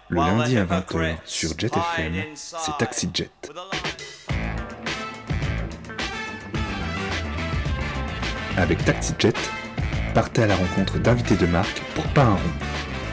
Le lundi à 20h sur Jet FM, c'est Taxi Jet. Avec Taxi Jet, partez à la rencontre d'invités de marque pour pas un rond.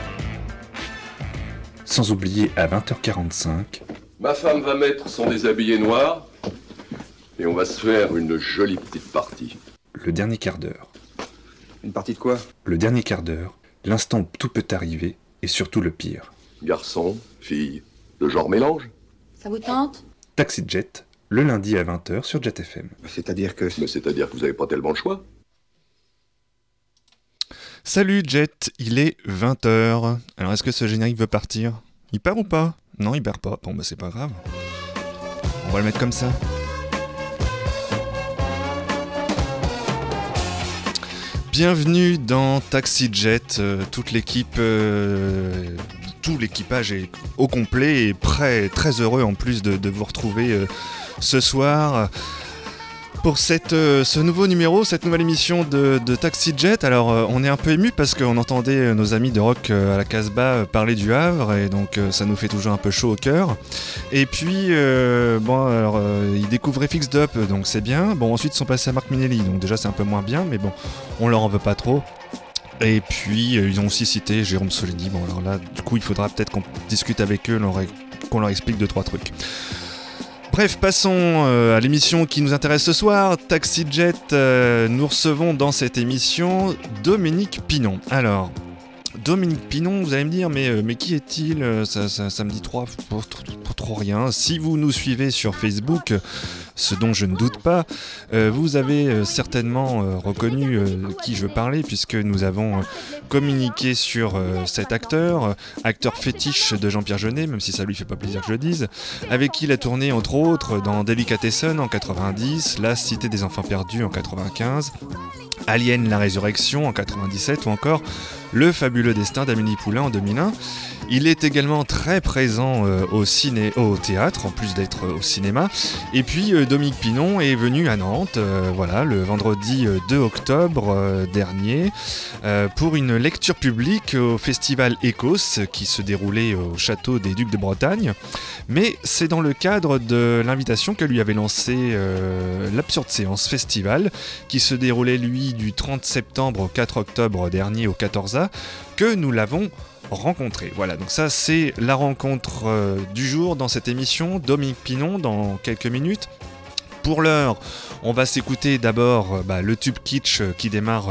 Sans oublier à 20h45... Ma femme va mettre son déshabillé noir et on va se faire une jolie petite partie. Le dernier quart d'heure. Une partie de quoi ? Le dernier quart d'heure, l'instant où tout peut arriver et surtout le pire. Garçon, fille, le genre mélange. Ça vous tente ? Taxi Jet, le lundi à 20h sur Jet FM. C'est-à-dire que... Mais c'est-à-dire que vous avez pas tellement le choix. Salut Jet, il est 20h. Alors est-ce que ce générique veut partir ? Il part ou pas ? Non, il part pas. Bon bah c'est pas grave. On va le mettre comme ça. Bienvenue dans Taxi Jet, toute l'équipe, tout l'équipage est au complet et très heureux en plus de vous retrouver ce soir pour ce nouveau numéro, cette nouvelle émission de Taxi Jet. Alors on est un peu ému parce qu'on entendait nos amis de rock à la Casbah parler du Havre et donc ça nous fait toujours un peu chaud au cœur. Et puis ils découvraient Fixed Up, donc c'est bien. Bon, ensuite ils sont passés à Marc Minelli, donc déjà c'est un peu moins bien, mais bon, on leur en veut pas trop. Et puis ils ont aussi cité Jérôme Solini. Bon alors là du coup il faudra peut-être qu'on discute avec eux, qu'on leur explique 2-3 trucs. Bref, passons à l'émission qui nous intéresse ce soir, Taxi Jet. Nous recevons dans cette émission Dominique Pinon. Alors, Dominique Pinon, vous allez me dire, mais qui est-il ? Ça me dit trop rien. Si vous nous suivez sur Facebook, ce dont je ne doute pas, vous avez certainement reconnu qui je veux parler, puisque nous avons communiqué sur cet acteur fétiche de Jean-Pierre Jeunet, même si ça lui fait pas plaisir que je le dise, avec qui il a tourné entre autres dans Delicatessen en 90, La Cité des Enfants Perdus en 95, Alien la Résurrection en 97 ou encore Le Fabuleux Destin d'Amélie Poulain en 2001. Il est également très présent au théâtre, en plus d'être au cinéma. Et puis Dominique Pinon est venu à Nantes, le vendredi 2 octobre dernier, pour une lecture publique au festival Ecos, qui se déroulait au château des Ducs de Bretagne. Mais c'est dans le cadre de l'invitation que lui avait lancé l'Absurde Séance Festival, qui se déroulait lui du 30 septembre au 4 octobre dernier au 14A, que nous l'avons rencontré. Voilà, donc ça c'est la rencontre du jour dans cette émission. Dominique Pinon dans quelques minutes. Pour l'heure, on va s'écouter d'abord le tube kitsch qui démarre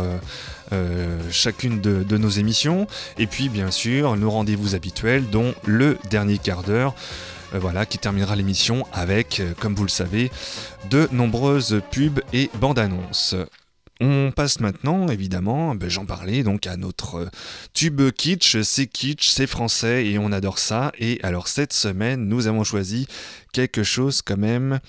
chacune de nos émissions, et puis bien sûr nos rendez-vous habituels, dont le dernier quart d'heure, qui terminera l'émission avec, comme vous le savez, de nombreuses pubs et bandes annonces. On passe maintenant, évidemment, j'en parlais, donc à notre tube kitsch, c'est français et on adore ça. Et alors cette semaine, nous avons choisi quelque chose quand même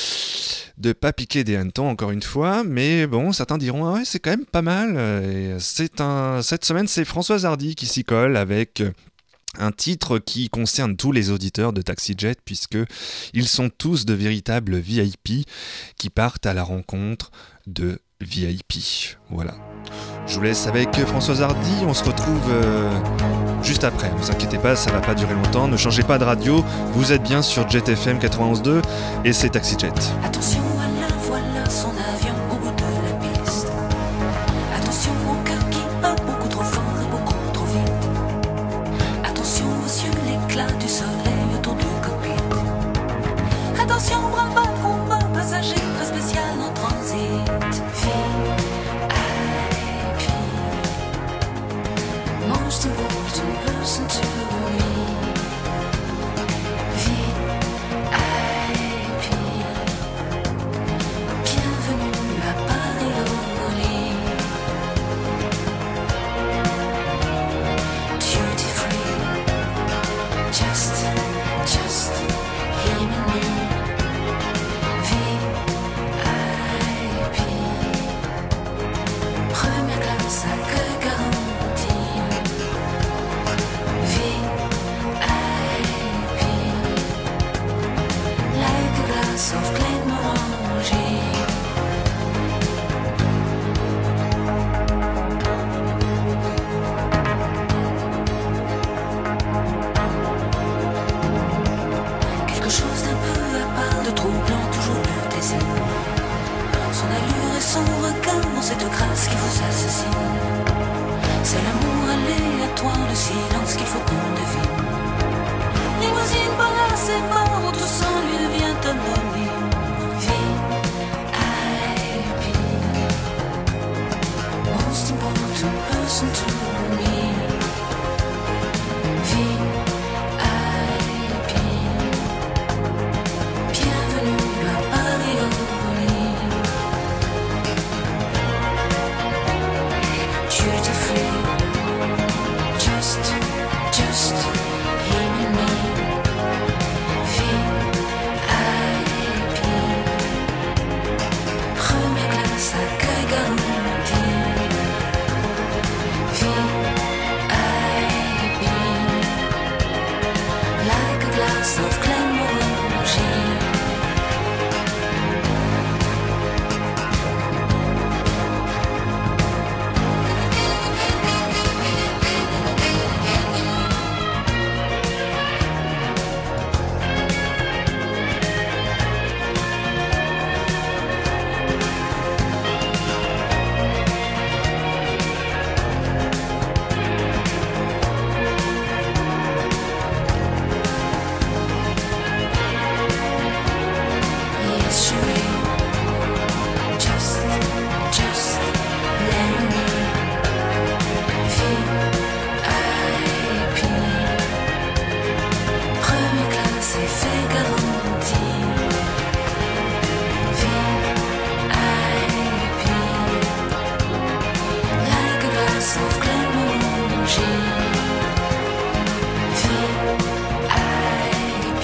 de pas piquer des hannetons encore une fois, mais bon, certains diront ah ouais, c'est quand même pas mal. Et cette semaine, c'est Françoise Hardy qui s'y colle avec un titre qui concerne tous les auditeurs de Taxi Jet, puisqu'ils sont tous de véritables VIP qui partent à la rencontre de VIP. Voilà. Je vous laisse avec Françoise Hardy, on se retrouve juste après. Ne vous inquiétez pas, ça va pas durer longtemps, ne changez pas de radio, vous êtes bien sur Jet FM 91.2 et c'est Taxi Jet. Attention, voilà son avion au bout de la piste. Attention au cœur qui bat beaucoup trop fort et beaucoup trop vite. Attention aux yeux, l'éclat du soleil autour du cockpit. Attention, bras trop bas, passager très spécial en transit. Most important person to me. VIP. Bienvenue à Paris-Orly. Duty free. Just him and me. VIP. Première classe à que garantie. Like a glass of plain orange. dessine. C'est l'amour aléatoire, le silence qu'il faut qu'on devine. Limousine balancée par autre sang lui devient anonyme. VIP, most important person to me. VIP, bienvenue à Paris. Beautifully, just hearing me. VIP, première classe accueil garanti. VIP, like a glass of Glenmorangie. Yes, chérie, just let me. VIP, première classe effet garanti. VIP, like a glass of Glenmorangie. VIP,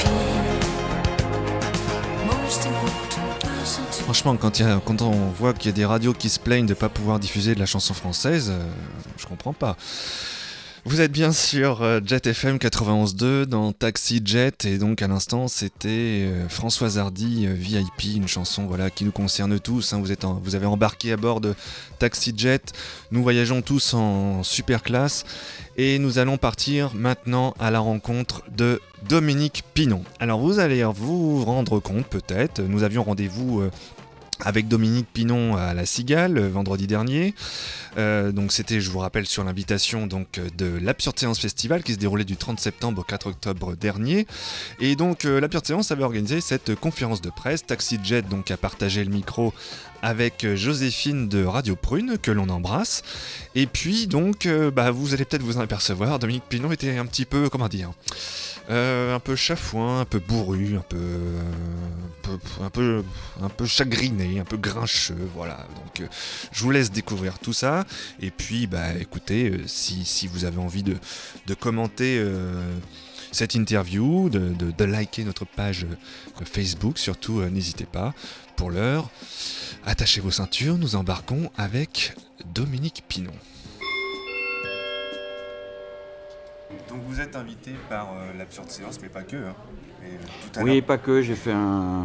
most important person to Franchement, quand on voit qu'il y a des radios qui se plaignent de ne pas pouvoir diffuser de la chanson française, je comprends pas. Vous êtes bien sûr Jet FM 91.2 dans Taxi Jet, et donc à l'instant c'était Françoise Hardy, VIP, une chanson voilà, qui nous concerne tous. Hein. Vous avez embarqué à bord de Taxi Jet, nous voyageons tous en super classe et nous allons partir maintenant à la rencontre de Dominique Pinon. Alors vous allez vous rendre compte peut-être, nous avions rendez-vous avec Dominique Pinon à la Cigale vendredi dernier. Donc c'était, je vous rappelle, sur l'invitation donc, de l'Absurde Séance Festival qui se déroulait du 30 septembre au 4 octobre dernier. Et donc l'Absurde Séance avait organisé cette conférence de presse. Taxi Jet donc, a partagé le micro avec Joséphine de Radio Prune, que l'on embrasse. Et puis donc, vous allez peut-être vous en apercevoir, Dominique Pinon était un petit peu, comment dire, un peu chafouin, un peu bourru, un peu chagriné, un peu grincheux, voilà. Donc je vous laisse découvrir tout ça. Et puis, écoutez, si vous avez envie de commenter cette interview, de liker notre page Facebook, surtout n'hésitez pas. Pour l'heure, attachez vos ceintures, nous embarquons avec Dominique Pinon. Donc vous êtes invité par l'Absurde Séance, mais pas que. Hein. Oui, pas que, j'ai fait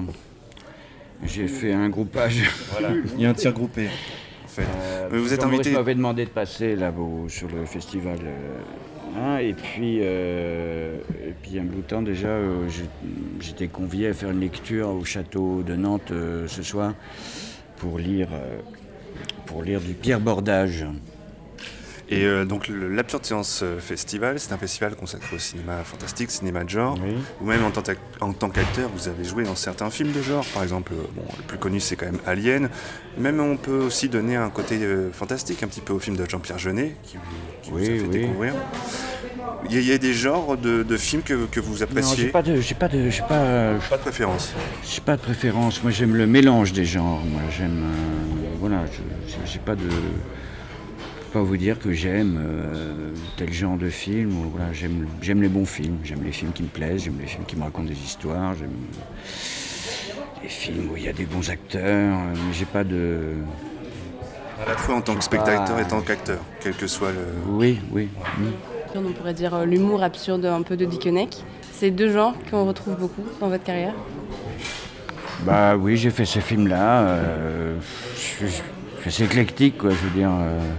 un groupage. Voilà, il y a un tir groupé. En fait. Vous êtes invité. Je m'avais demandé de passer là sur le festival. Et puis il y a un bout de temps déjà, j'étais convié à faire une lecture au château de Nantes ce soir pour lire du Pierre Bordage. Et donc l'Absurde Séance Festival, c'est un festival consacré au cinéma fantastique, cinéma de genre. Oui. Vous-même en tant qu'acteur, vous avez joué dans certains films de genre. Par exemple, le plus connu c'est quand même Alien. Même on peut aussi donner un côté fantastique un petit peu au film de Jean-Pierre Jeunet qui vous a fait découvrir. Il y a des genres de films que vous appréciez? Non, j'ai pas de préférence. J'ai pas de préférence. Moi j'aime le mélange des genres. Moi j'aime j'ai pas de. Je peux pas vous dire que j'aime tel genre de film. Voilà, j'aime les bons films, j'aime les films qui me plaisent, j'aime les films qui me racontent des histoires, j'aime les films où il y a des bons acteurs, mais j'ai pas de... À la fois en tant que spectateur et en tant qu'acteur, quel que soit le... Oui. On pourrait dire l'humour absurde un peu de Dickeneck. C'est deux genres qu'on retrouve beaucoup dans votre carrière? Bah oui, j'ai fait ces films-là. C'est éclectique, quoi, je veux dire...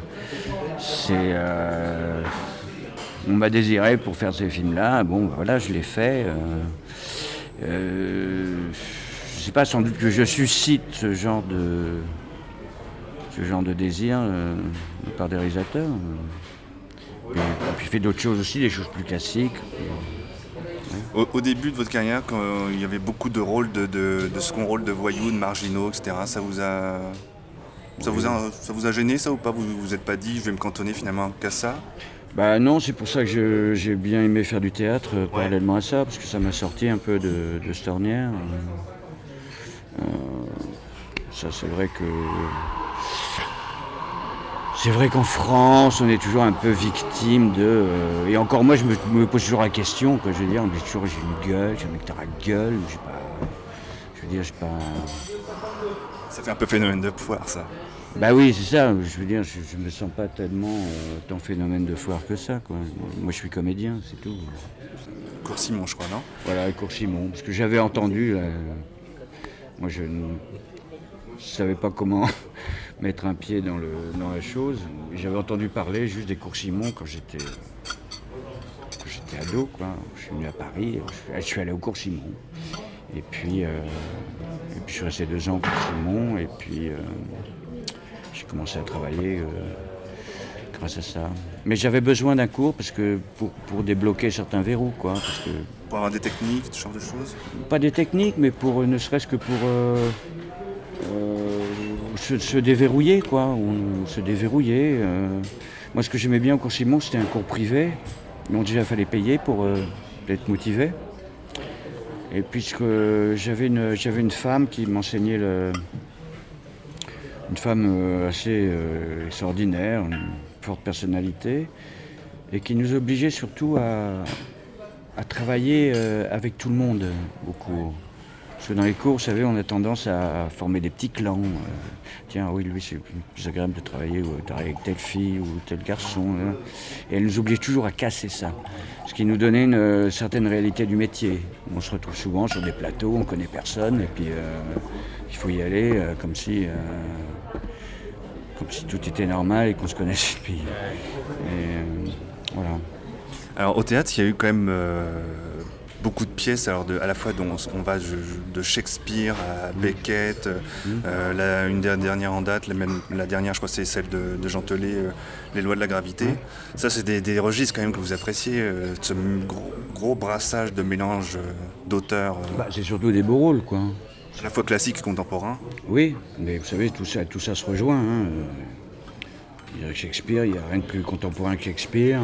on m'a désiré pour faire ces films-là. Bon, voilà, je l'ai fait. Je sais pas, sans doute que je suscite ce genre de désir. par des réalisateurs. Et puis je fais d'autres choses aussi, des choses plus classiques. Au début de votre carrière, quand il y avait beaucoup de rôles, de second rôle de voyous, de marginaux, etc., ça vous a gêné ça ou pas? Vous vous êtes pas dit, je vais me cantonner finalement qu'à ça? Bah non, c'est pour ça que j'ai bien aimé faire du théâtre parallèlement à ça, parce que ça m'a sorti un peu de cette ornière. Ça, c'est vrai qu'en France, on est toujours un peu victime de... et encore moi, je me pose toujours la question, quoi. Je veux dire, j'ai une gueule, j'ai un mec, t'as la gueule, j'ai pas... Ça fait un peu phénomène de foire, ça. Bah oui, c'est ça, je veux dire, je me sens pas tellement tant phénomène de foire que ça, quoi. Moi, je suis comédien, c'est tout. Coursimon, je crois, non? Voilà, Coursimon, parce que j'avais entendu... moi, je ne savais pas comment mettre un pied dans la chose. J'avais entendu parler juste des Coursimons quand j'étais ado, quoi. Je suis venu à Paris, je suis allé au Coursimon. Et puis je suis resté 2 ans au Coursimon, et puis j'ai commencé à travailler grâce à ça. Mais j'avais besoin d'un cours parce que pour débloquer certains verrous, quoi. Parce que, pour avoir des techniques, ce genre de choses? Pas des techniques, mais ne serait-ce que pour se déverrouiller, quoi. Ou se déverrouiller. Moi, ce que j'aimais bien au Coursimon, c'était un cours privé. Donc déjà, il fallait payer pour être motivé. Et puisque j'avais une femme qui m'enseignait une femme assez extraordinaire, une forte personnalité, et qui nous obligeait surtout à travailler avec tout le monde, beaucoup. Parce que dans les cours, vous savez, on a tendance à former des petits clans. Tiens, oui, lui, c'est plus agréable de travailler avec telle fille ou tel garçon. Hein. Et elle nous oblige toujours à casser ça. Ce qui nous donnait une certaine réalité du métier. On se retrouve souvent sur des plateaux, on connaît personne, et puis il faut y aller comme si tout était normal et qu'on se connaissait depuis. Voilà. Alors au théâtre, il y a eu quand même beaucoup de pièces, alors à la fois on va de Shakespeare à Beckett, une dernière en date, la dernière je crois c'est celle de Jean Telet, Les lois de la gravité. Ça c'est des registres quand même que vous appréciez, ce gros brassage de mélange d'auteurs. C'est surtout des beaux rôles, quoi. À la fois classique et contemporain. Oui, mais vous savez, tout ça se rejoint. Hein. Il y a Shakespeare, il n'y a rien de plus contemporain que Shakespeare.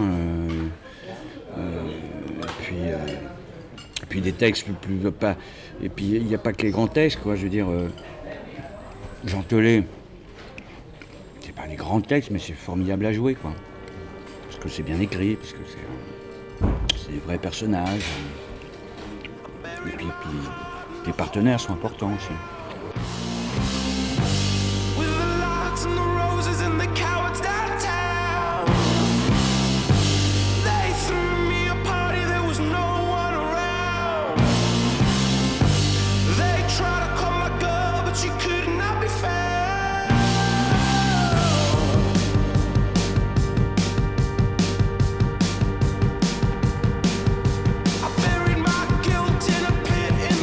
Et puis des textes plus pas. Et puis il n'y a pas que les grands textes, quoi. Je veux dire, Jean Telet, c'est pas les grands textes, mais c'est formidable à jouer, quoi. Parce que c'est bien écrit, parce que c'est des vrais personnages. Et puis les partenaires sont importants aussi.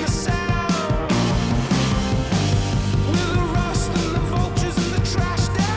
With the rust and the vultures and the trash down.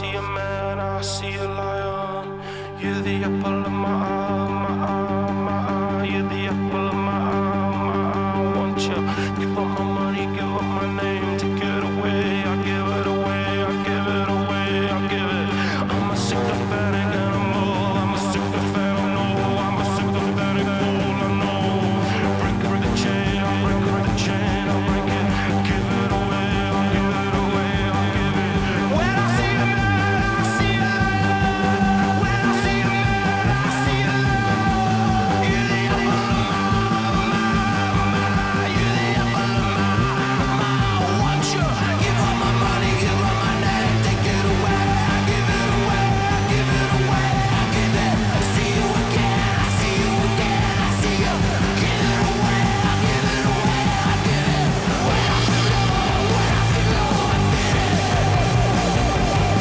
see a man, I see a lion. You're the apple of my eye, my eye, my eye. You're the apple of my eye, my eye. I want you. Give up my money, give up my name. Take it away, I give it away, I give it away, I give it. I'm a sycophantic animal, I'm a sycophantic, no. I'm a sycophantic fool, I know. Break the chain, I break the chain, I break it. Give it away, I give it away, I give it. When I see a man, I see a lion. When I see a man, I see a lion. You're the apple of my eye, you're the apple of my eye. I want you. Give up my money, give up my name. Take it away, I give it away, I give it away, I give it. See you again, I see you again, I see you. Give it away, I give it away, I give it. When I feel low, when I feel low, I feel it.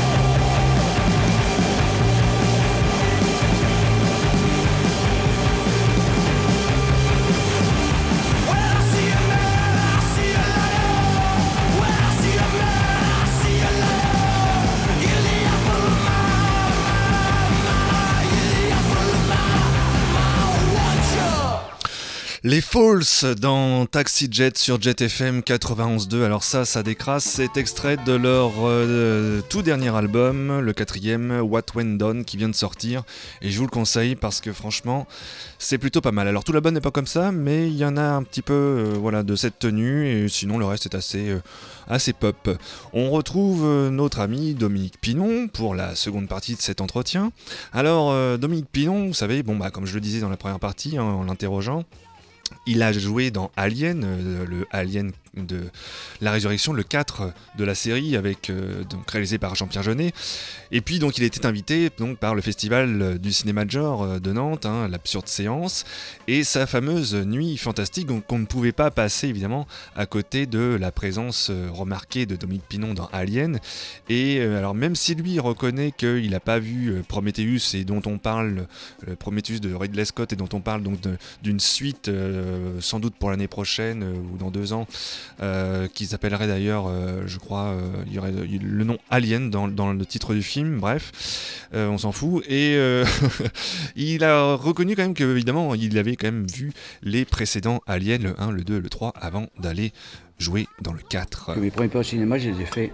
When I see a man, I see a lion. When I see a man, I see a lion. You're the apple of my eye, you're the apple of my eye. I want you. Les Falls dans Taxi Jet sur Jet FM 91.2. Alors ça décrasse. C'est extrait de leur tout dernier album, le 4e, What Went Down, qui vient de sortir. Et je vous le conseille parce que franchement, c'est plutôt pas mal. Alors tout l'album n'est pas comme ça, mais il y en a un petit peu voilà, de cette tenue. Et sinon le reste est assez pop. On retrouve notre ami Dominique Pinon pour la seconde partie de cet entretien. Alors Dominique Pinon, vous savez, comme je le disais dans la première partie, en l'interrogeant, il a joué dans Alien, le Alien de la Résurrection, le 4 de la série, donc réalisé par Jean-Pierre Jeunet. Et puis donc il a été invité donc, par le festival du cinéma de genre de Nantes, l'Absurde Séance, et sa fameuse nuit fantastique qu'on ne pouvait pas passer évidemment à côté de la présence remarquée de Dominique Pinon dans Alien. Et alors même si lui reconnaît qu'il n'a pas vu Prometheus et dont on parle, le Prometheus de Ridley Scott, et dont on parle donc d'une suite sans doute pour l'année prochaine ou dans 2 ans, qui s'appellerait d'ailleurs, je crois, il y aurait le nom Alien dans le titre du film, bref, on s'en fout. Et il a reconnu quand même que, évidemment, il avait quand même vu les précédents Aliens, le 1, le 2, le 3, avant d'aller jouer dans le 4. Mes premiers pas au cinéma, je les ai faits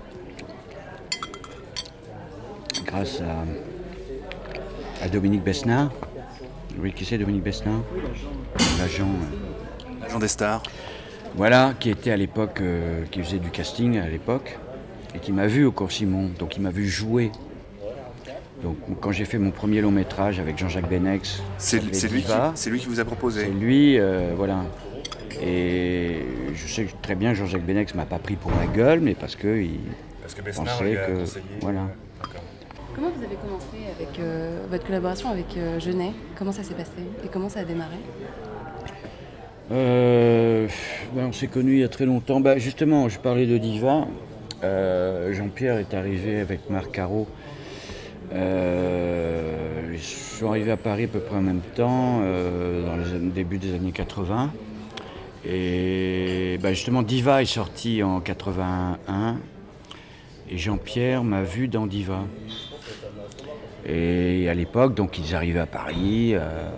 grâce à Dominique Besnard. Oui, qui c'est Dominique Besnard ? L'agent des stars. Voilà, qui était à l'époque, qui faisait du casting à l'époque, et qui m'a vu au Cours Simon, donc il m'a vu jouer. Donc quand j'ai fait mon premier long métrage avec Jean-Jacques Benex, c'est lui qui vous a proposé. C'est lui, voilà. Et je sais très bien que Jean-Jacques Benex m'a pas pris pour la gueule, mais parce que Besnard pensait lui a que conseillé. voilà. Comment vous avez commencé avec votre collaboration avec Jeunet ? Comment ça s'est passé et comment ça a démarré ? On s'est connus il y a très longtemps. Justement, je parlais de Diva. Jean-Pierre est arrivé avec Marc Caro. Ils sont arrivés à Paris à peu près en même temps, dans le début des années 80. Et justement, Diva est sorti en 81. Et Jean-Pierre m'a vu dans Diva. Et à l'époque, donc, ils arrivaient à Paris.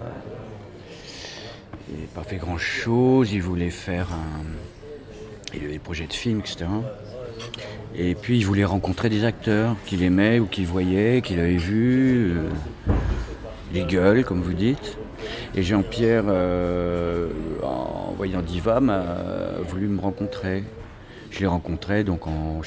Il n'avait pas fait grand-chose, il voulait faire il avait des projets de films, etc. Et puis il voulait rencontrer des acteurs qu'il aimait ou qu'il voyait, qu'il avait vus, les gueules, comme vous dites. Et Jean-Pierre, en voyant Diva, m'a voulu me rencontrer. Je l'ai rencontré donc en,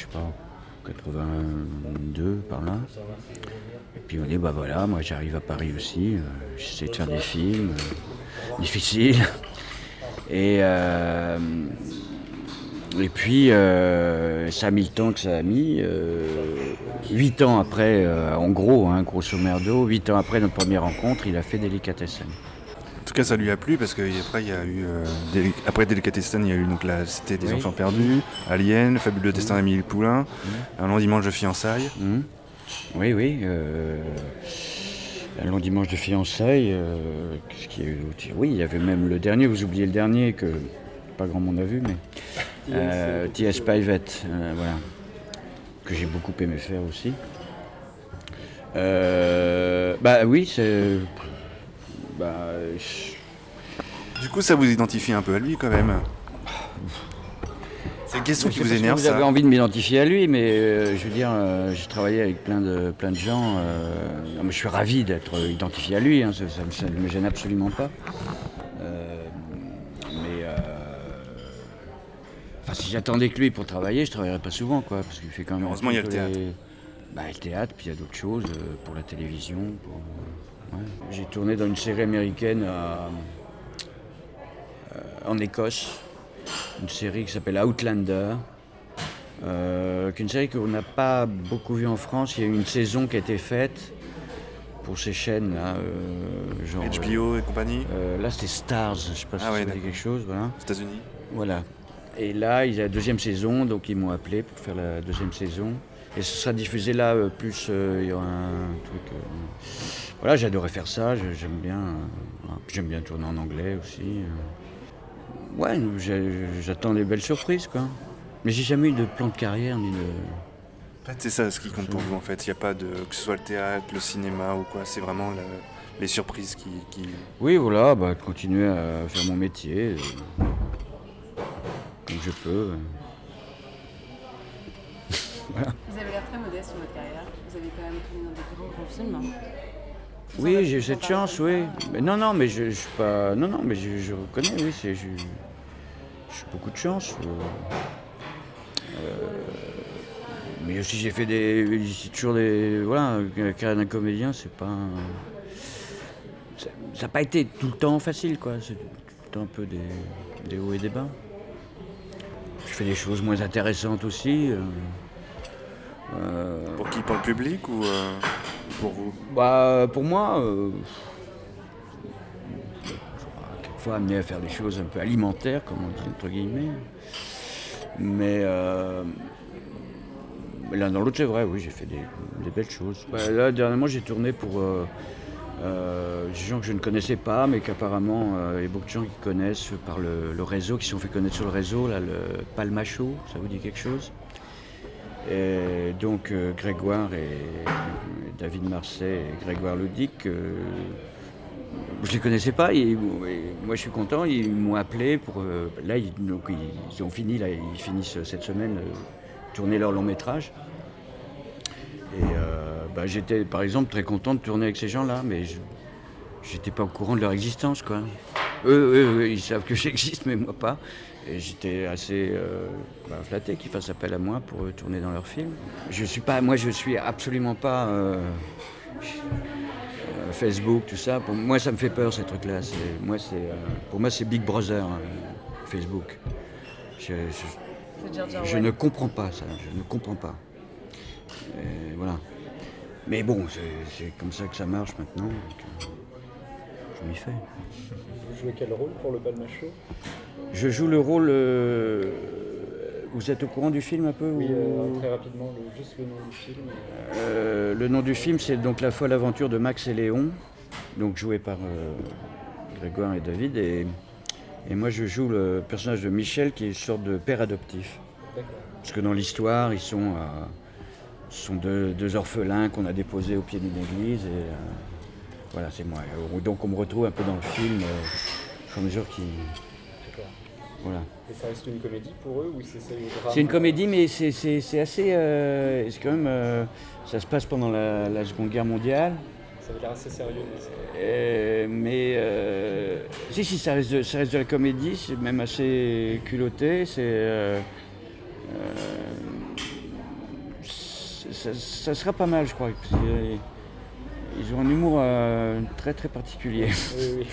82, par là. Et puis on dit, voilà, moi j'arrive à Paris aussi, j'essaie de faire des films. Difficile. Et puis, ça a mis le temps que ça a mis. 8 ans après, en gros, grosso merdo, 8 ans après notre première rencontre, il a fait Delicatessen. En tout cas, ça lui a plu parce qu'après, il y a eu. Après Delicatessen, il y a eu donc la Cité des Enfants Perdus, Alien, Le Fabuleux Destin d'Amélie Poulain, Un long dimanche de fiançailles. Oui. Un long dimanche de fiançailles, qu'est-ce qu'il y a eu d'autre ? Oui, il y avait même le dernier, vous oubliez le dernier, que pas grand monde a vu, mais T.S. Pivot, voilà, que j'ai beaucoup aimé faire aussi. Bah oui, c'est... Bah, Du coup, ça vous identifie un peu à lui quand même. C'est une question qui vous énerve, Vous avez ça. envie de m'identifier à lui, mais je veux dire, j'ai travaillé avec plein de gens. Non, mais je suis ravi d'être identifié à lui, hein, ça ne me gêne absolument pas. Enfin, si j'attendais que lui pour travailler, je travaillerais pas souvent, quoi, parce qu'il fait quand même. Heureusement, il y a le théâtre. Bah, le théâtre, puis il y a d'autres choses pour la télévision. Ouais. J'ai tourné dans une série américaine en Écosse, une série qui s'appelle Outlander, qui est une série qu'on n'a pas beaucoup vue en France. Il y a eu une saison qui a été faite pour ces chaînes là, genre HBO et compagnie, là c'était Stars, je sais pas si Ah ouais, ça dit d'accord. quelque chose, voilà. aux États-Unis. Voilà. Et là, il y a la deuxième saison, donc ils m'ont appelé pour faire la deuxième saison. Et ce sera diffusé là, plus il y aura un truc. Voilà, j'adorais faire ça, j'aime bien. J'aime bien tourner en anglais aussi. Ouais, j'attends des belles surprises, quoi. Mais j'ai jamais eu de plan de carrière ni de. En fait, c'est ça ce qui compte pour vous, en fait. Il n'y a pas de... que ce soit le théâtre, le cinéma ou quoi, c'est vraiment les surprises qui... Oui, voilà, bah, continuer à faire mon métier comme je peux. Voilà. Vous avez l'air très modeste sur votre carrière. Vous avez quand même tourné dans des grands films. Oui, j'ai eu cette chance, oui. Mais non, mais je suis pas. Non, mais je reconnais, oui, j'ai beaucoup de chance. Mais aussi j'ai fait c'est toujours des. Voilà, la carrière d'un comédien, c'est pas. Ça n'a pas été tout le temps facile, quoi. C'est tout le temps un peu des hauts et des bas. Je fais des choses moins intéressantes aussi. Pour qui? Pour le public ou pour vous? Bah, pour moi, quelquefois amené à faire des choses un peu alimentaires, comme on dit, entre guillemets. Mais l'un dans l'autre, c'est vrai, oui, j'ai fait des belles choses. Bah, là, dernièrement, j'ai tourné pour des gens que je ne connaissais pas, mais qu'apparemment, il y a beaucoup de gens qui connaissent par le réseau, qui se sont fait connaître sur le réseau, là, le Palma Show, ça vous dit quelque chose? Et donc Grégoire et David Marseille et Grégoire Ludic, je ne les connaissais pas et moi je suis content, ils m'ont appelé pour... là ils ont fini, là, ils finissent cette semaine tourner leur long métrage. Et j'étais par exemple très content de tourner avec ces gens-là, mais j'étais pas au courant de leur existence, quoi. Eux, ils savent que j'existe, mais moi pas. Et j'étais assez flatté qu'ils fassent appel à moi pour tourner dans leur film. Je suis absolument pas Facebook, tout ça. Pour moi, ça me fait peur, ces trucs-là. Pour moi, c'est Big Brother, Facebook. Je ne comprends pas ça, je ne comprends pas. Et voilà. Mais bon, c'est comme ça que ça marche maintenant. Donc, je m'y fais. Vous jouez quel rôle pour le Palma Show? Je joue le rôle... vous êtes au courant du film un peu? Oui, très rapidement, juste le nom du film. Le nom du film, c'est donc La folle aventure de Max et Léon, donc joué par Grégoire et David. Et moi, je joue le personnage de Michel, qui est une sorte de père adoptif. D'accord. Parce que dans l'histoire, ce sont deux orphelins qu'on a déposés au pied d'une église. Et voilà, c'est moi. Donc on me retrouve un peu dans le film, au fur et à mesure qui... Voilà. Et ça reste une comédie pour eux ou c'est ça, le drame? C'est une comédie, mais c'est assez... c'est quand même... ça se passe pendant la Seconde Guerre mondiale. Ça veut dire assez sérieux. Si, ça reste de la comédie, c'est même assez culotté. Ça sera pas mal, je crois. Ils ont un humour très très particulier. Oui.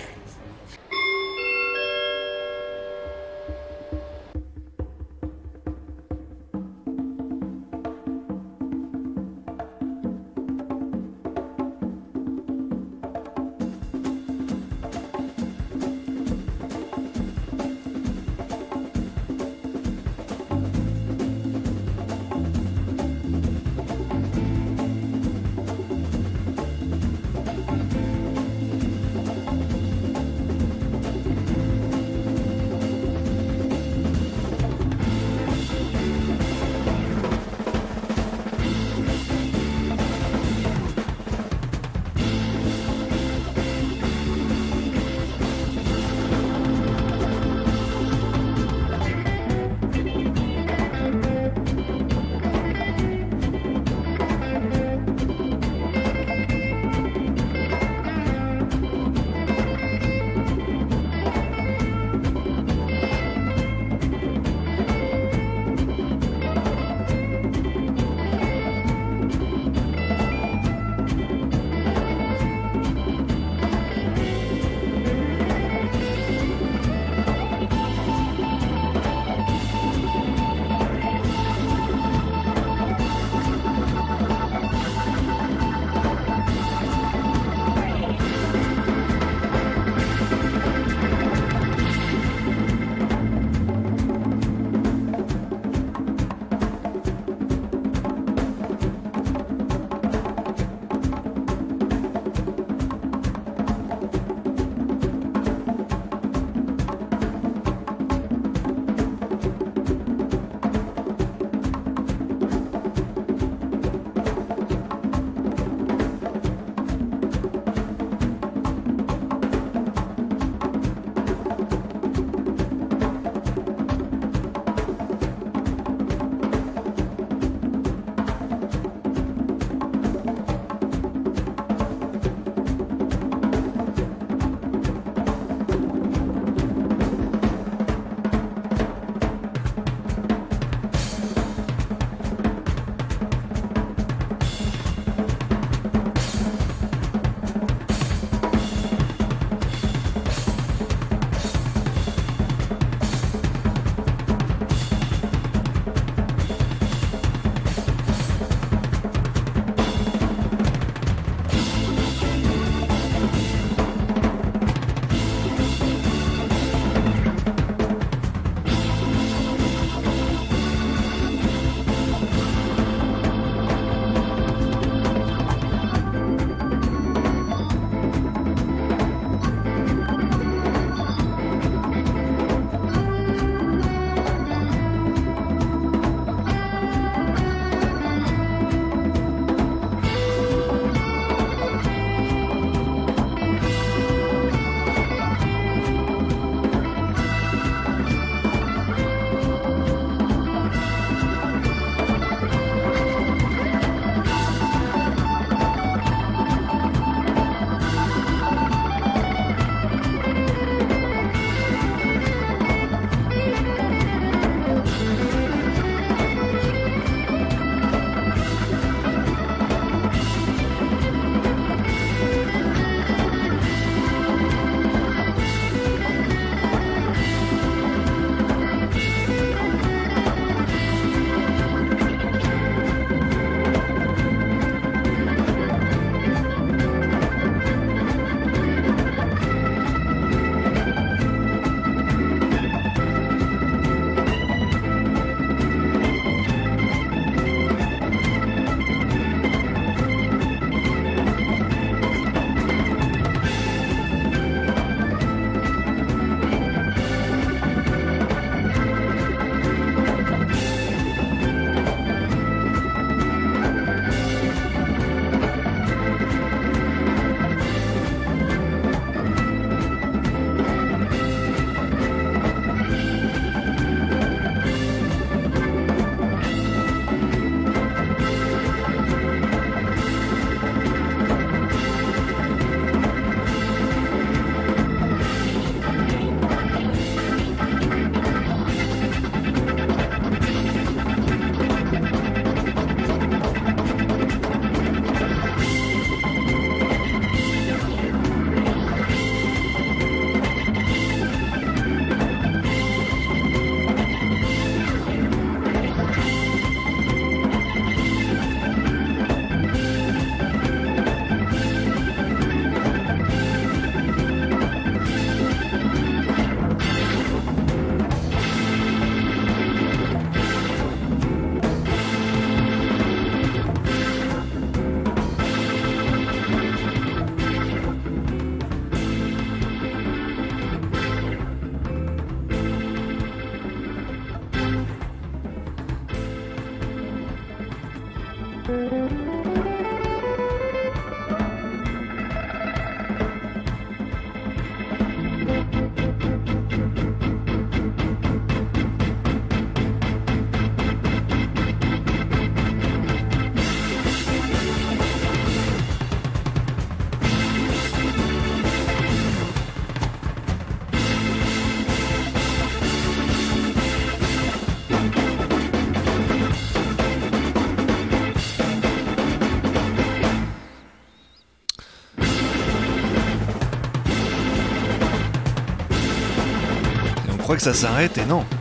crois que ça s'arrête et non.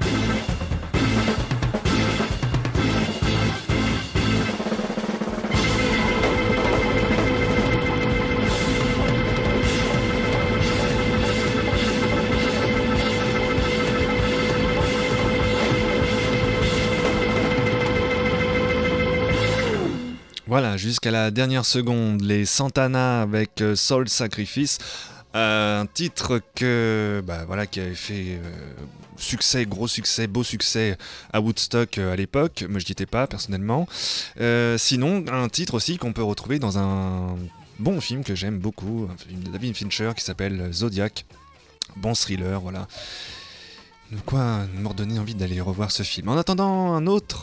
Voilà, jusqu'à la dernière seconde, les Santana avec Soul Sacrifice, un titre qui avait fait succès, gros succès, beau succès à Woodstock à l'époque, moi je n'y étais pas personnellement. Sinon, un titre aussi qu'on peut retrouver dans un bon film que j'aime beaucoup, un film de David Fincher qui s'appelle Zodiac, bon thriller, voilà. De quoi me redonner envie d'aller revoir ce film. En attendant, un autre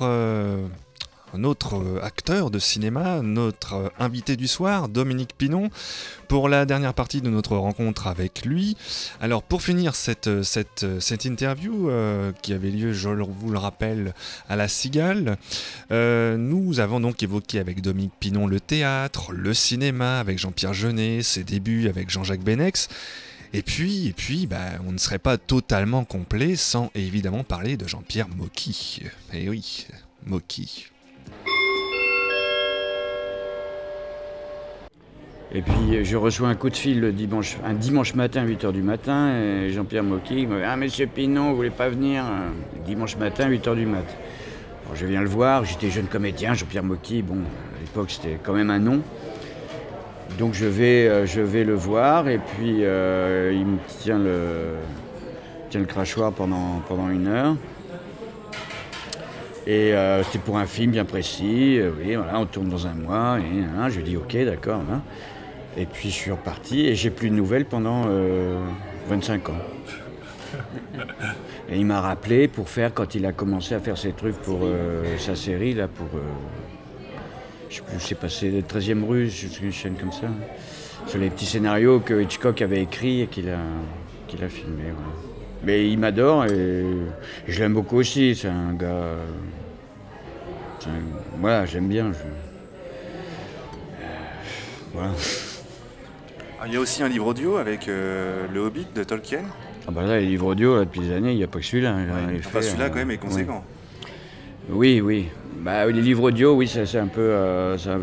acteur de cinéma, notre invité du soir, Dominique Pinon, pour la dernière partie de notre rencontre avec lui. Alors pour finir cette interview qui avait lieu, je vous le rappelle, à la Cigale, nous avons donc évoqué avec Dominique Pinon le théâtre, le cinéma, avec Jean-Pierre Jeunet, ses débuts avec Jean-Jacques Benex. Et puis, on ne serait pas totalement complet sans évidemment parler de Jean-Pierre Mocky. Eh oui, Mocky. Et puis je reçois un coup de fil un dimanche matin, 8h du matin, et Jean-Pierre Mocky me dit « Ah, monsieur Pinon, vous voulez pas venir ?» Dimanche matin, 8h du mat. Alors, je viens le voir, j'étais jeune comédien, Jean-Pierre Mocky, bon, à l'époque c'était quand même un nom. Donc je vais le voir, et puis il me tient le crachoir pendant 1 heure. Et c'était pour un film bien précis, oui, voilà, on tourne dans 1 mois, et je lui dis ok, d'accord. Hein. Et puis je suis reparti et j'ai plus de nouvelles pendant 25 ans. Et il m'a rappelé pour faire, quand il a commencé à faire ses trucs pour sa série, là, pour. Je sais plus, c'est passé le 13e rue, c'est une chaîne comme ça. Sur les petits scénarios que Hitchcock avait écrits et qu'il a filmé. Voilà. Mais il m'adore et je l'aime beaucoup aussi, c'est un gars. Voilà, j'aime bien. Voilà. Il y a aussi un livre audio avec Le Hobbit de Tolkien. Ah bah là, les livres audio, là, depuis des années, il n'y a pas que celui-là. Enfin, celui-là, quand même, est conséquent. Oui, oui. Bah, les livres audio, oui, c'est un peu. Ça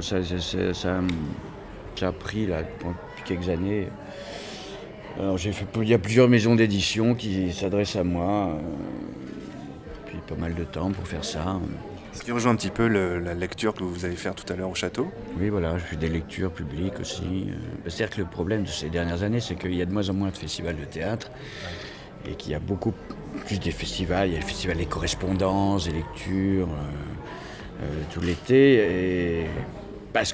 a pris, là, depuis quelques années. Alors, il y a plusieurs maisons d'édition qui s'adressent à moi. Puis pas mal de temps pour faire ça. Ce qui rejoint un petit peu la lecture que vous allez faire tout à l'heure au château. Oui, voilà, je fais des lectures publiques aussi. C'est-à-dire que le problème de ces dernières années, c'est qu'il y a de moins en moins de festivals de théâtre et qu'il y a beaucoup plus des festivals. Il y a le festival des correspondances, des lectures, tout l'été. Pourquoi ?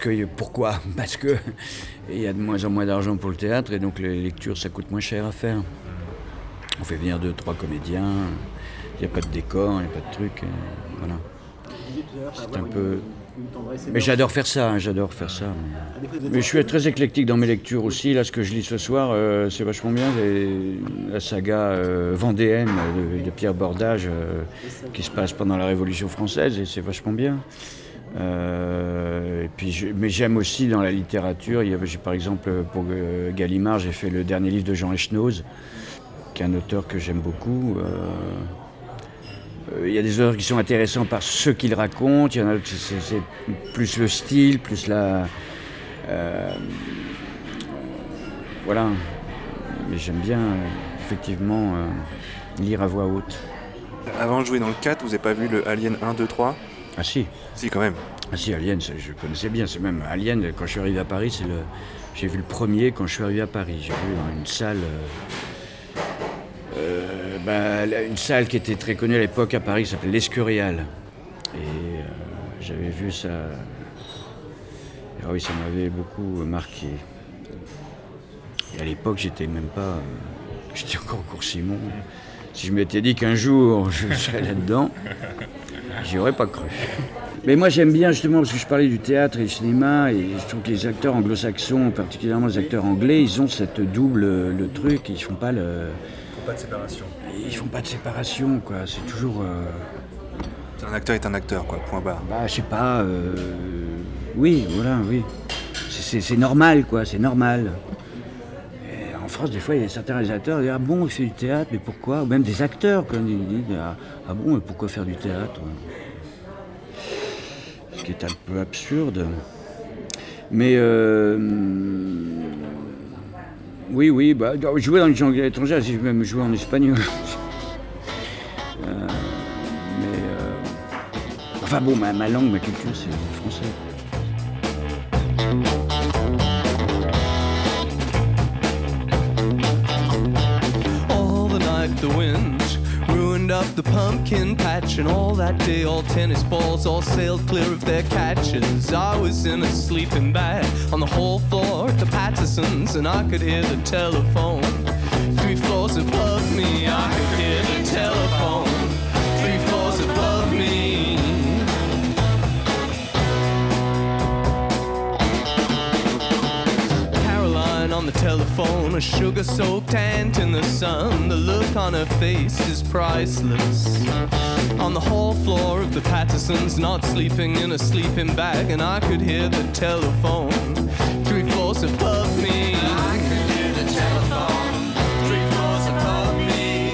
Parce que il y a de moins en moins d'argent pour le théâtre et donc les lectures, ça coûte moins cher à faire. On fait venir 2-3 comédiens, il n'y a pas de décor, il n'y a pas de truc, voilà. C'est un peu... Mais j'adore faire ça. Mais je suis très éclectique dans mes lectures aussi. Là, ce que je lis ce soir, c'est vachement bien. La saga vendéenne de Pierre Bordage qui se passe pendant la Révolution française et c'est vachement bien. Mais j'aime aussi dans la littérature. Par exemple, pour Gallimard, j'ai fait le dernier livre de Jean Echenoz, qui est un auteur que j'aime beaucoup. Il y a des auteurs qui sont intéressants par ce qu'ils racontent, il y en a d'autres, c'est plus le style, plus la... voilà. Mais j'aime bien, effectivement, lire à voix haute. Avant de jouer dans le 4, vous n'avez pas vu le Alien 1, 2, 3 ? Ah si. Si, quand même. Ah si, Alien, je connaissais bien. C'est même Alien, quand je suis arrivé à Paris, j'ai vu le premier quand je suis arrivé à Paris. J'ai vu dans une salle... une salle qui était très connue à l'époque à Paris qui s'appelait l'Escurial. Et j'avais vu ça. Ah oui, ça m'avait beaucoup marqué. Et à l'époque, j'étais même pas. J'étais encore au cours Simon. Si je m'étais dit qu'un jour je serais là-dedans, j'y aurais pas cru. Mais moi j'aime bien justement parce que je parlais du théâtre et du cinéma et je trouve que les acteurs anglo-saxons, particulièrement les acteurs anglais, ils ont cette double le truc, ils font pas le. Pas de séparation. Ils font pas de séparation, quoi. C'est toujours. Un acteur est un acteur, quoi. Point barre. Bah, je sais pas. Oui, voilà, oui. C'est normal, quoi. C'est normal. Et en France, des fois, il y a certains réalisateurs qui disent « Ah bon, il fait du théâtre, mais pourquoi ?» Ou même des acteurs, quand ils disent « Ah bon, mais pourquoi faire du théâtre ?» Ce qui est un peu absurde. Mais oui, bah, jouer dans une langue étrangère, j'ai même joué en espagnol. Enfin bon, ma langue, ma culture, c'est le français. All the night the wind ruined up the pumpkin patch, and all that day all tennis balls all sailed clear of their catches. I was in a sleeping bag on the whole floor at the Pattersons, and I could hear the telephone 3 floors above me. I could hear the telephone 3 floors above me. On the telephone, a sugar-soaked ant in the sun. The look on her face is priceless. On the hall floor of the Pattersons, not sleeping in a sleeping bag, and I could hear the telephone 3 floors above me. I could hear the telephone 3 floors above me.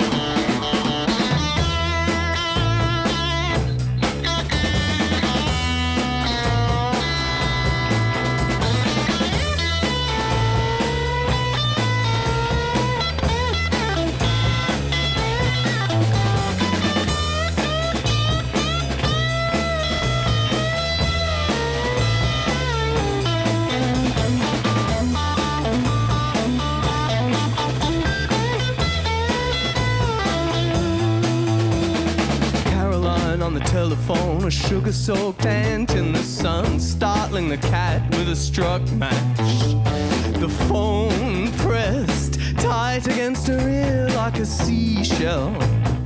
On the telephone, a sugar-soaked ant in the sun, startling the cat with a struck match. The phone pressed tight against her ear like a seashell.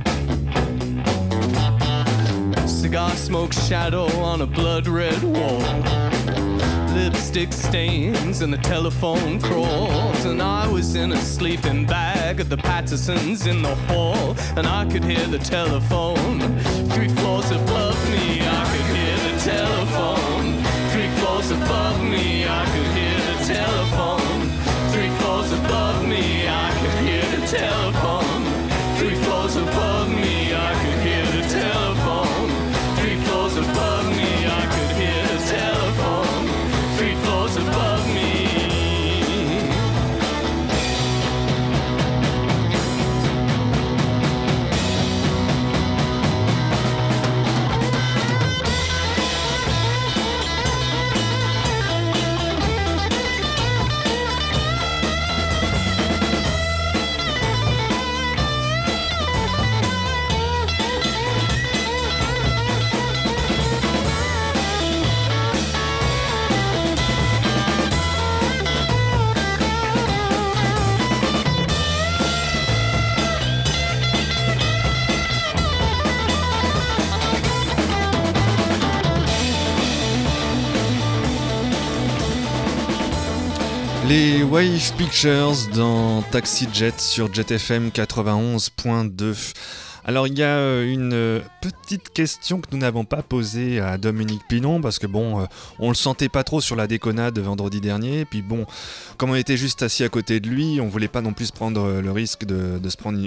Cigar smoke shadow on a blood-red wall. Lipstick stains and the telephone crawls, and I was in a sleeping bag at the Pattersons in the hall, and I could hear the telephone 3 floors above me. I could hear the telephone 3 floors above me. I could hear the telephone 3 floors above me. I could hear the telephone 3 floors above me. I could hear the telephone 3 floors above me. I could hear the telephone 3 floors above me. Les Wave Pictures dans Taxi Jet sur Jet FM 91.2. Alors il y a une petite question que nous n'avons pas posée à Dominique Pinon parce que bon, on le sentait pas trop sur la déconnade vendredi dernier, puis bon, comme on était juste assis à côté de lui, on voulait pas non plus prendre le risque de se prendre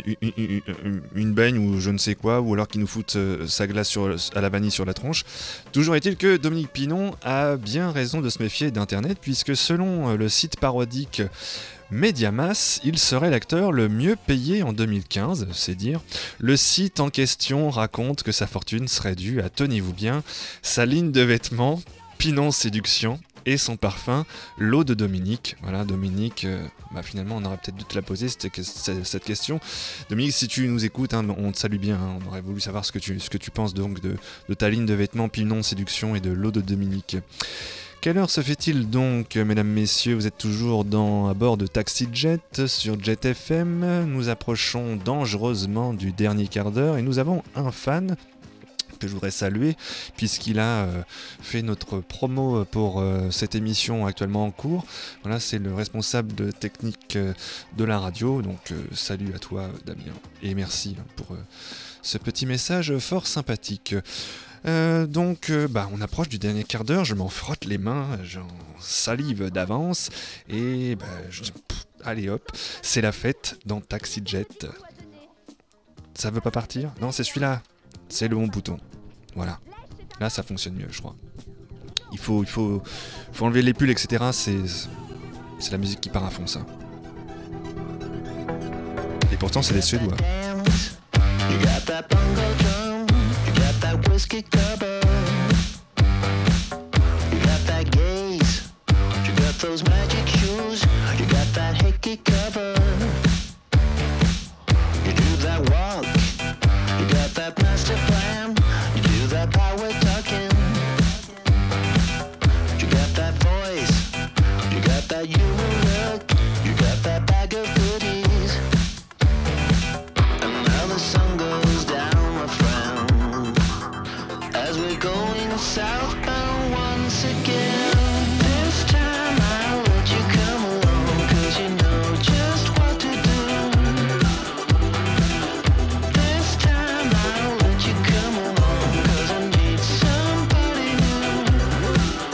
une baigne ou je ne sais quoi, ou alors qu'il nous foute sa glace à la vanille sur la tronche. Toujours est-il que Dominique Pinon a bien raison de se méfier d'Internet, puisque selon le site parodique Mediamas, il serait l'acteur le mieux payé en 2015, c'est dire. Le site en question raconte que sa fortune serait due à, tenez-vous bien, sa ligne de vêtements Pinon Séduction et son parfum L'eau de Dominique. Voilà, Dominique, finalement on aurait peut-être dû te la poser cette question. Dominique, si tu nous écoutes, hein, on te salue bien, hein, on aurait voulu savoir ce que tu penses donc de ta ligne de vêtements Pinon Séduction et de L'eau de Dominique. Quelle heure se fait-il donc, mesdames, messieurs? Vous êtes toujours à bord de Taxi Jet sur Jet FM. Nous approchons dangereusement du dernier quart d'heure et nous avons un fan que je voudrais saluer puisqu'il a fait notre promo pour cette émission actuellement en cours. Voilà, c'est le responsable de technique de la radio, donc salut à toi Damien et merci pour ce petit message fort sympathique. On approche du dernier quart d'heure, je m'en frotte les mains, j'en salive d'avance et allez hop, c'est la fête dans Taxi Jet. Ça veut pas partir? Non, c'est celui-là. C'est le bon bouton. Voilà. Là, ça fonctionne mieux, je crois. Il faut enlever les pulls, etc. C'est la musique qui part à fond, ça. Et pourtant, c'est des Suédois. You got that bongo drum, you got that whiskey cover, you got that gaze, you got those magic shoes, you got that hickey cover, you do that walk, you got that master plan, you do that power talking, you got that voice, you got that human look, you got that bag of goodies. And now the sun goes down, my friend, as we're going southbound once again. This time I'll let you come along, 'cause you know just what to do. This time I'll let you come along, 'cause I need somebody new.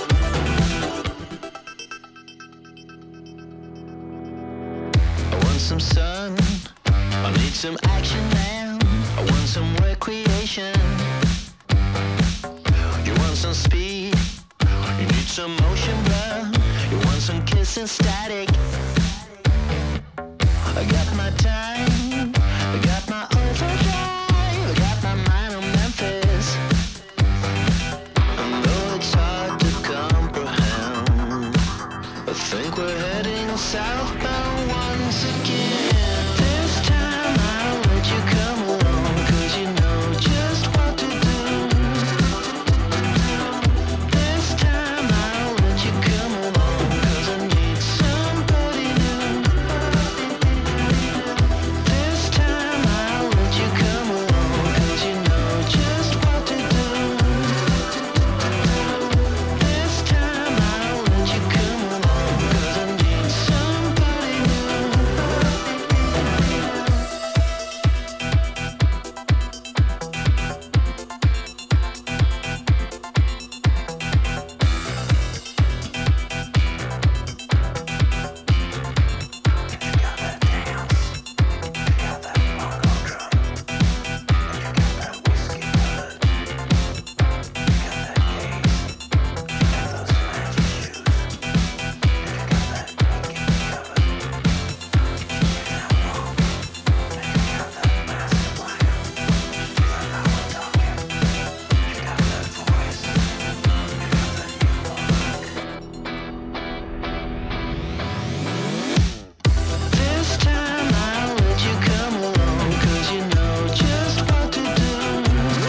I want some sun, I need some action now, I want some recreation. You want some speed, you need some motion, bruh. You want some kissing static. I got my time, I got my overdrive, I got my mind on Memphis. And though it's hard to comprehend, I think we're heading southbound once again. This time I'll let you come along, 'cause you know just what to do. This time I'll let you come along, 'cause I need somebody new. This time I'll let you come along, 'cause you know just what to do. This time I'll let you come along, 'cause I need somebody new. This time I'll let you come along, 'cause you know just what to do.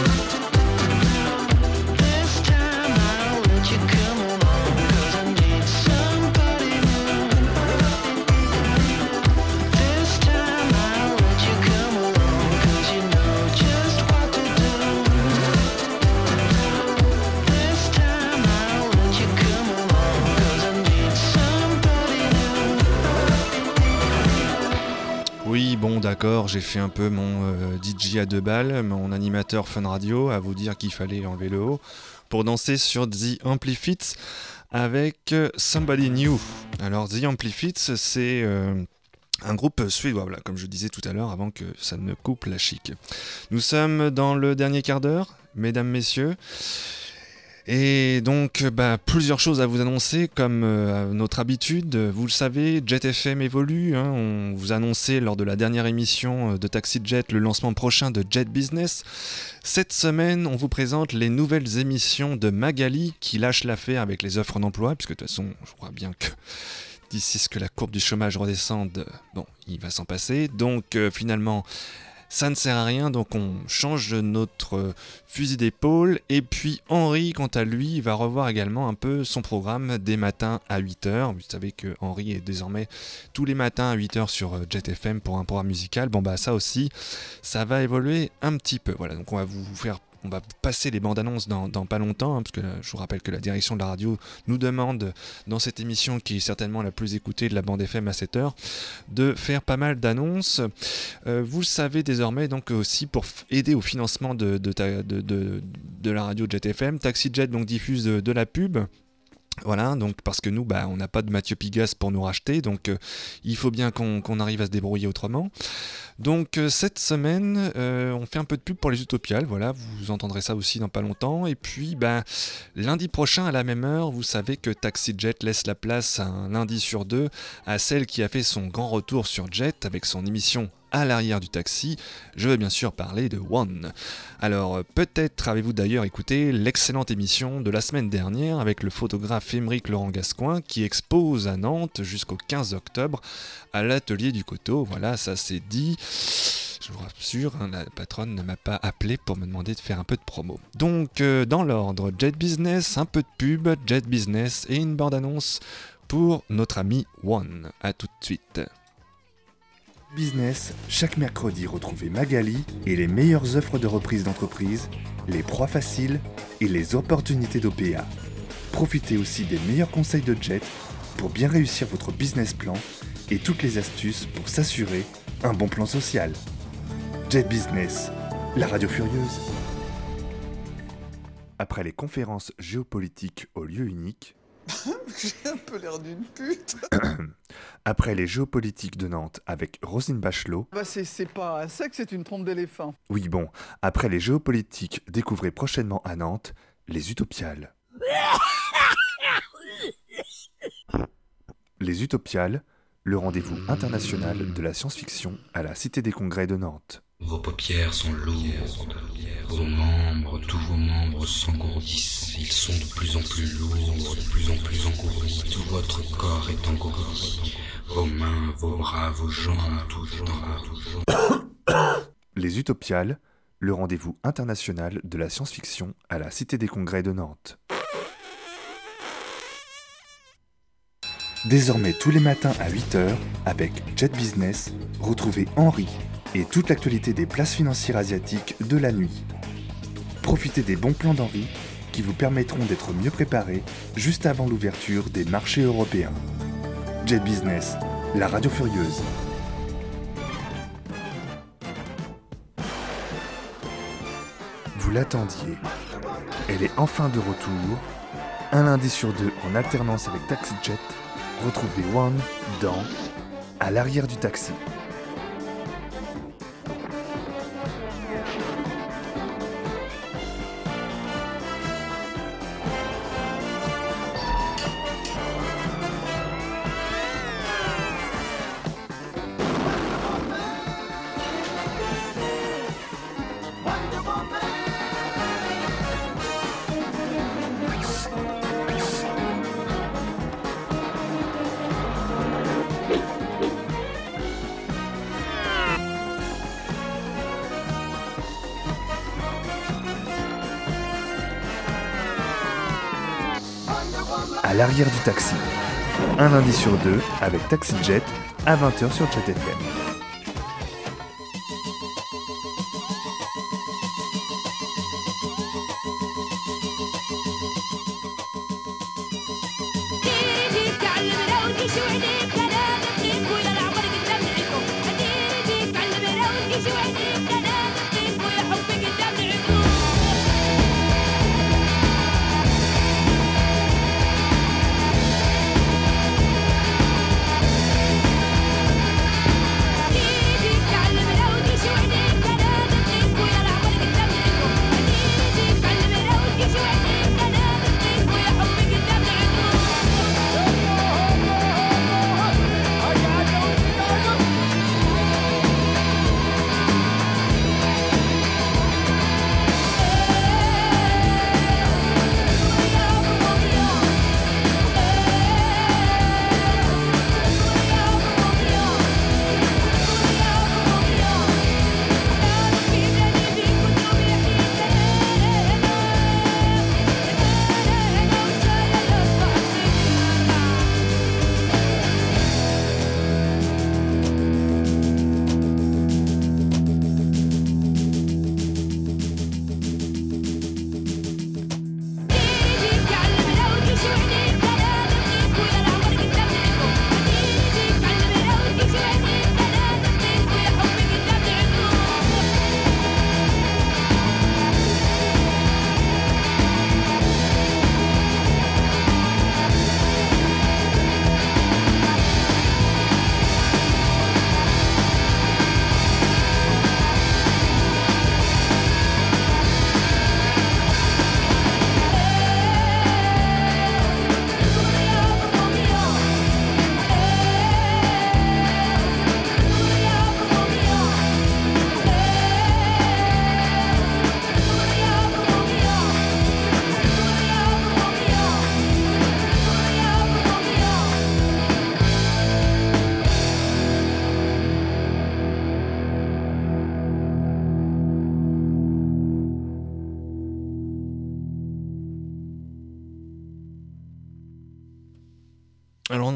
This time I'll let you come along, 'cause I need somebody new. This time I'll let you come along, 'cause you know just what to do. This time I'll let you come along, 'cause I need somebody new. Oui, bon, d'accord, j'ai fait un peu mon DJ à 2 balles, mon animateur Fun Radio, à vous dire qu'il fallait enlever le haut, pour danser sur The Amplifieds avec Somebody New. Alors, The Amplifieds, c'est un groupe suédois, voilà, comme je disais tout à l'heure, avant que ça ne coupe la chic. Nous sommes dans le dernier quart d'heure, mesdames, messieurs. Et donc, plusieurs choses à vous annoncer, comme à notre habitude. Vous le savez, Jet FM évolue. On vous a annoncé lors de la dernière émission de Taxi Jet le lancement prochain de Jet Business. Cette semaine, on vous présente les nouvelles émissions de Magali qui lâche l'affaire avec les offres d'emploi, puisque de toute façon, je crois bien que d'ici ce que la courbe du chômage redescende, bon, il va s'en passer. Donc, finalement, ça ne sert à rien, donc on change notre fusil d'épaule. Et puis Henri, quant à lui, va revoir également un peu son programme des matins à 8h. Vous savez que Henri est désormais tous les matins à 8h sur Jet FM pour un programme musical. Bon, ça aussi, ça va évoluer un petit peu. Voilà, donc on va passer les bandes annonces dans pas longtemps, parce que je vous rappelle que la direction de la radio nous demande, dans cette émission qui est certainement la plus écoutée de la bande FM à 7h, de faire pas mal d'annonces. Vous le savez désormais, donc aussi pour aider au financement de la radio Jet FM, Taxi Jet donc diffuse de la pub. Voilà, donc parce que nous, on n'a pas de Mathieu Pigasse pour nous racheter, donc il faut bien qu'on arrive à se débrouiller autrement. Donc cette semaine, on fait un peu de pub pour les Utopiales, voilà, vous entendrez ça aussi dans pas longtemps. Et puis lundi prochain à la même heure, vous savez que Taxi Jet laisse la place un lundi sur 2 à celle qui a fait son grand retour sur Jet avec son émission à l'arrière du taxi. Je veux bien sûr parler de One. Alors peut-être avez-vous d'ailleurs écouté l'excellente émission de la semaine dernière avec le photographe Émeric Laurent Gascoin qui expose à Nantes jusqu'au 15 octobre à l'atelier du Coteau. Voilà, ça c'est dit. Je vous rassure, la patronne ne m'a pas appelé pour me demander de faire un peu de promo. Donc dans l'ordre, Jet Business, un peu de pub, Jet Business et une bande-annonce pour notre ami One. A tout de suite. Business, chaque mercredi retrouvez Magali et les meilleures offres de reprise d'entreprise, les proies faciles et les opportunités d'OPA. Profitez aussi des meilleurs conseils de Jet pour bien réussir votre business plan et toutes les astuces pour s'assurer un bon plan social. Jet Business, la radio furieuse. Après les conférences géopolitiques au lieu unique, J'ai un peu l'air d'une pute. après les géopolitiques de Nantes avec Roselyne Bachelot, C'est pas un sexe, c'est une trompe d'éléphant. oui bon, après les géopolitiques, découvrez prochainement à Nantes les Utopiales. Les Utopiales, le rendez-vous international de la science-fiction à la Cité des Congrès de Nantes. Vos paupières sont lourdes, vos membres, tous vos membres s'engourdissent, ils sont de plus en plus lourds, de plus en plus engourdis, tout votre corps est engourdi, vos mains, vos bras, vos jambes, tout Les Utopiales, le rendez-vous international de la science-fiction à la Cité des Congrès de Nantes. Désormais tous les matins à 8h, avec Jet Business, retrouvez Henri et toute l'actualité des places financières asiatiques de la nuit. Profitez des bons plans d'Henri qui vous permettront d'être mieux préparés juste avant l'ouverture des marchés européens. Jet Business, la radio furieuse. Vous l'attendiez. Elle est enfin de retour. Un lundi sur 2 en alternance avec Taxi Jet. Retrouvez One dans À l'arrière du taxi. À l'arrière du taxi. Un lundi sur 2 avec Taxi Jet à 20h sur Jet FM.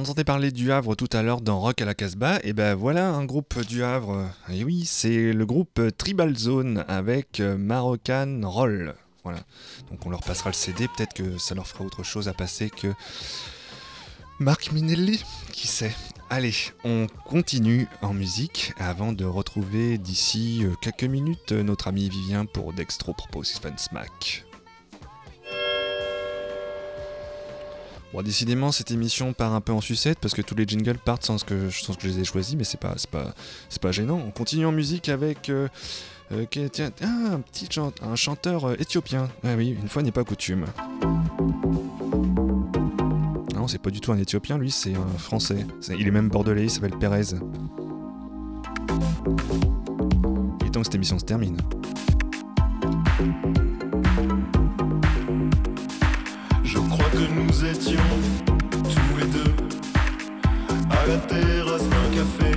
entendait parler du Havre tout à l'heure dans Rock à la Casbah, et ben voilà un groupe du Havre. Et oui, c'est le groupe Tribal Zone avec Moroccan Roll. Voilà. Donc on leur passera le CD, peut-être que ça leur fera autre chose à passer que Marc Minelli, qui sait. Allez, on continue en musique avant de retrouver d'ici quelques minutes notre ami Vivien pour Dextro Propose Fun Smack. Bon, décidément, cette émission part un peu en sucette parce que tous les jingles partent sans que je les ai choisis, mais c'est pas gênant. On continue en musique avec un chanteur éthiopien. Ah oui, une fois n'est pas coutume. Non, c'est pas du tout un éthiopien, lui, c'est un français. Il est même bordelais, il s'appelle Pérez. Il est temps que cette émission se termine. Je crois que nous étions tous les deux à la terrasse d'un café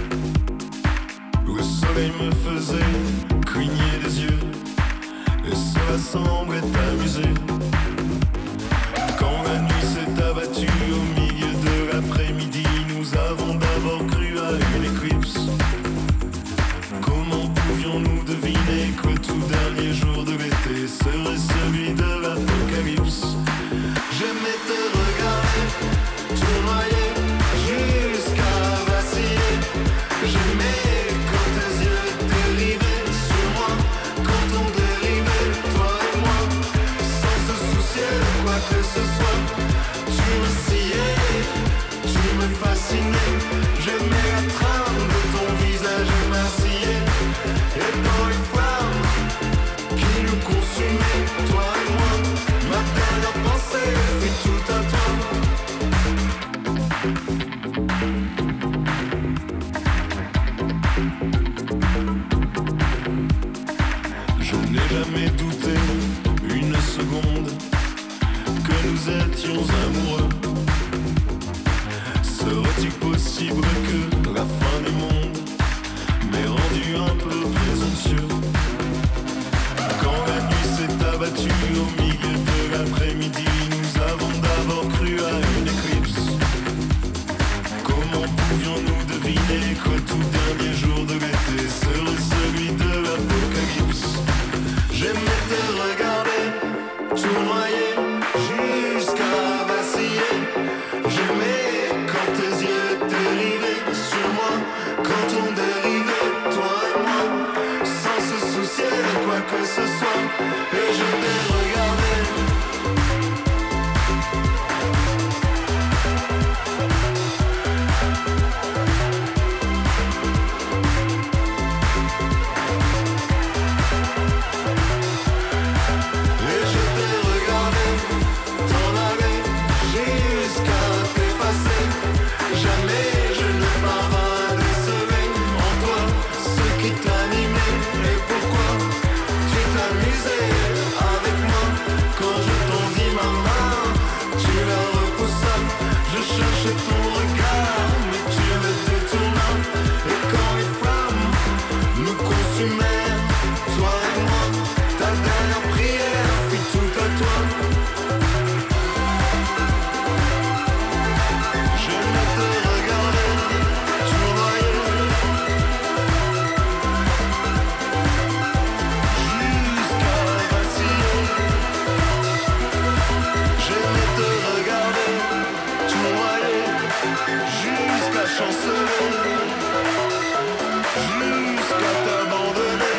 où le soleil me faisait cligner des yeux et cela semblait t'amuser. Quand la nuit s'est abattue au milieu de l'après-midi, nous avons d'abord cru à une éclipse. Comment pouvions-nous deviner que le tout dernier jour de l'été serait celui de l'apocalypse? J'aimais te regarder, tournoyer, jusqu'à vaciller. J'aimais quand tes yeux dérivaient sur moi, quand on dérivait, toi et moi, sans se soucier de quoi que ce soit. Tu me sciais, tu me fascinais. J'aimais la trame de ton visage émacié et dans les flammes qui nous consumaient, toi et moi. Ma dernière pensée fut tout à toi. Je n'ai jamais douté une seconde que nous étions amoureux. Serait-il possible que la fin du monde m'ait rendu un peu présomptueux? Quand la nuit s'est abattue au milieu de l'après-midi, nous avons d'abord cru à une éclipse. Comment pouvions-nous deviner que le tout dernier jour de l'été serait celui de l'apocalypse? J'aimais te regarder, tournoyer, jusqu'à vaciller. J'aimais quand tes yeux dérivaient sur moi, quand on dérivait, toi et moi, sans se soucier de quoi que ce soit. Et je t'ai regardé. Et je t'ai regardé, t'en aller jusqu'à t'effacer. Jamais je ne parvins à déceler en toi ce qui t'animait. Et pourquoi tu t'amusais avec moi? Quand je tendis ma main, tu la repoussas. Je cherchais ton regard, mais tu me détournas. Et quand les flammes nous consumèrent, toi et moi, ta dernière prière fut tout à toi. Je ne te regardais, tournoyer, jusqu'à vaciller. J'aimais te regarder, tournoyer, jusqu'à chanceler, jusqu'à t'abandonner.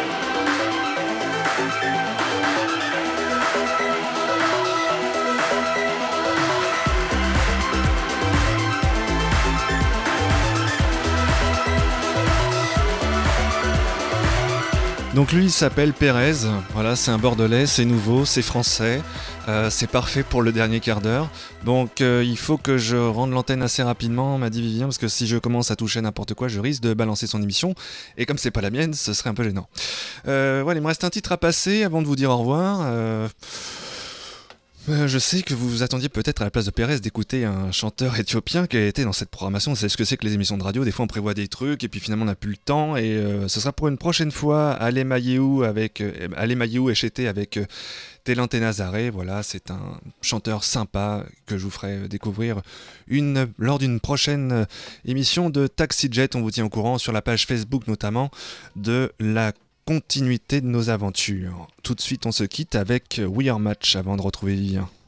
Donc lui il s'appelle Pérez, voilà, c'est un bordelais, c'est nouveau, c'est français, c'est parfait pour le dernier quart d'heure. Donc il faut que je rende l'antenne assez rapidement, m'a dit Vivien, parce que si je commence à toucher n'importe quoi, je risque de balancer son émission, et comme c'est pas la mienne, ce serait un peu gênant. Voilà, il me reste un titre à passer avant de vous dire au revoir. Je sais que vous vous attendiez peut-être à la place de Pérez d'écouter un chanteur éthiopien qui a été dans cette programmation. C'est ce que c'est que les émissions de radio. Des fois, on prévoit des trucs et puis finalement, on n'a plus le temps. Et ce sera pour une prochaine fois. Alemayehu Echete avec Télan Tenazare. Voilà, c'est un chanteur sympa que je vous ferai découvrir lors d'une prochaine émission de Taxi Jet. On vous tient au courant sur la page Facebook notamment de la continuité de nos aventures. Tout de suite, on se quitte avec We Are Match avant de retrouver Vivien.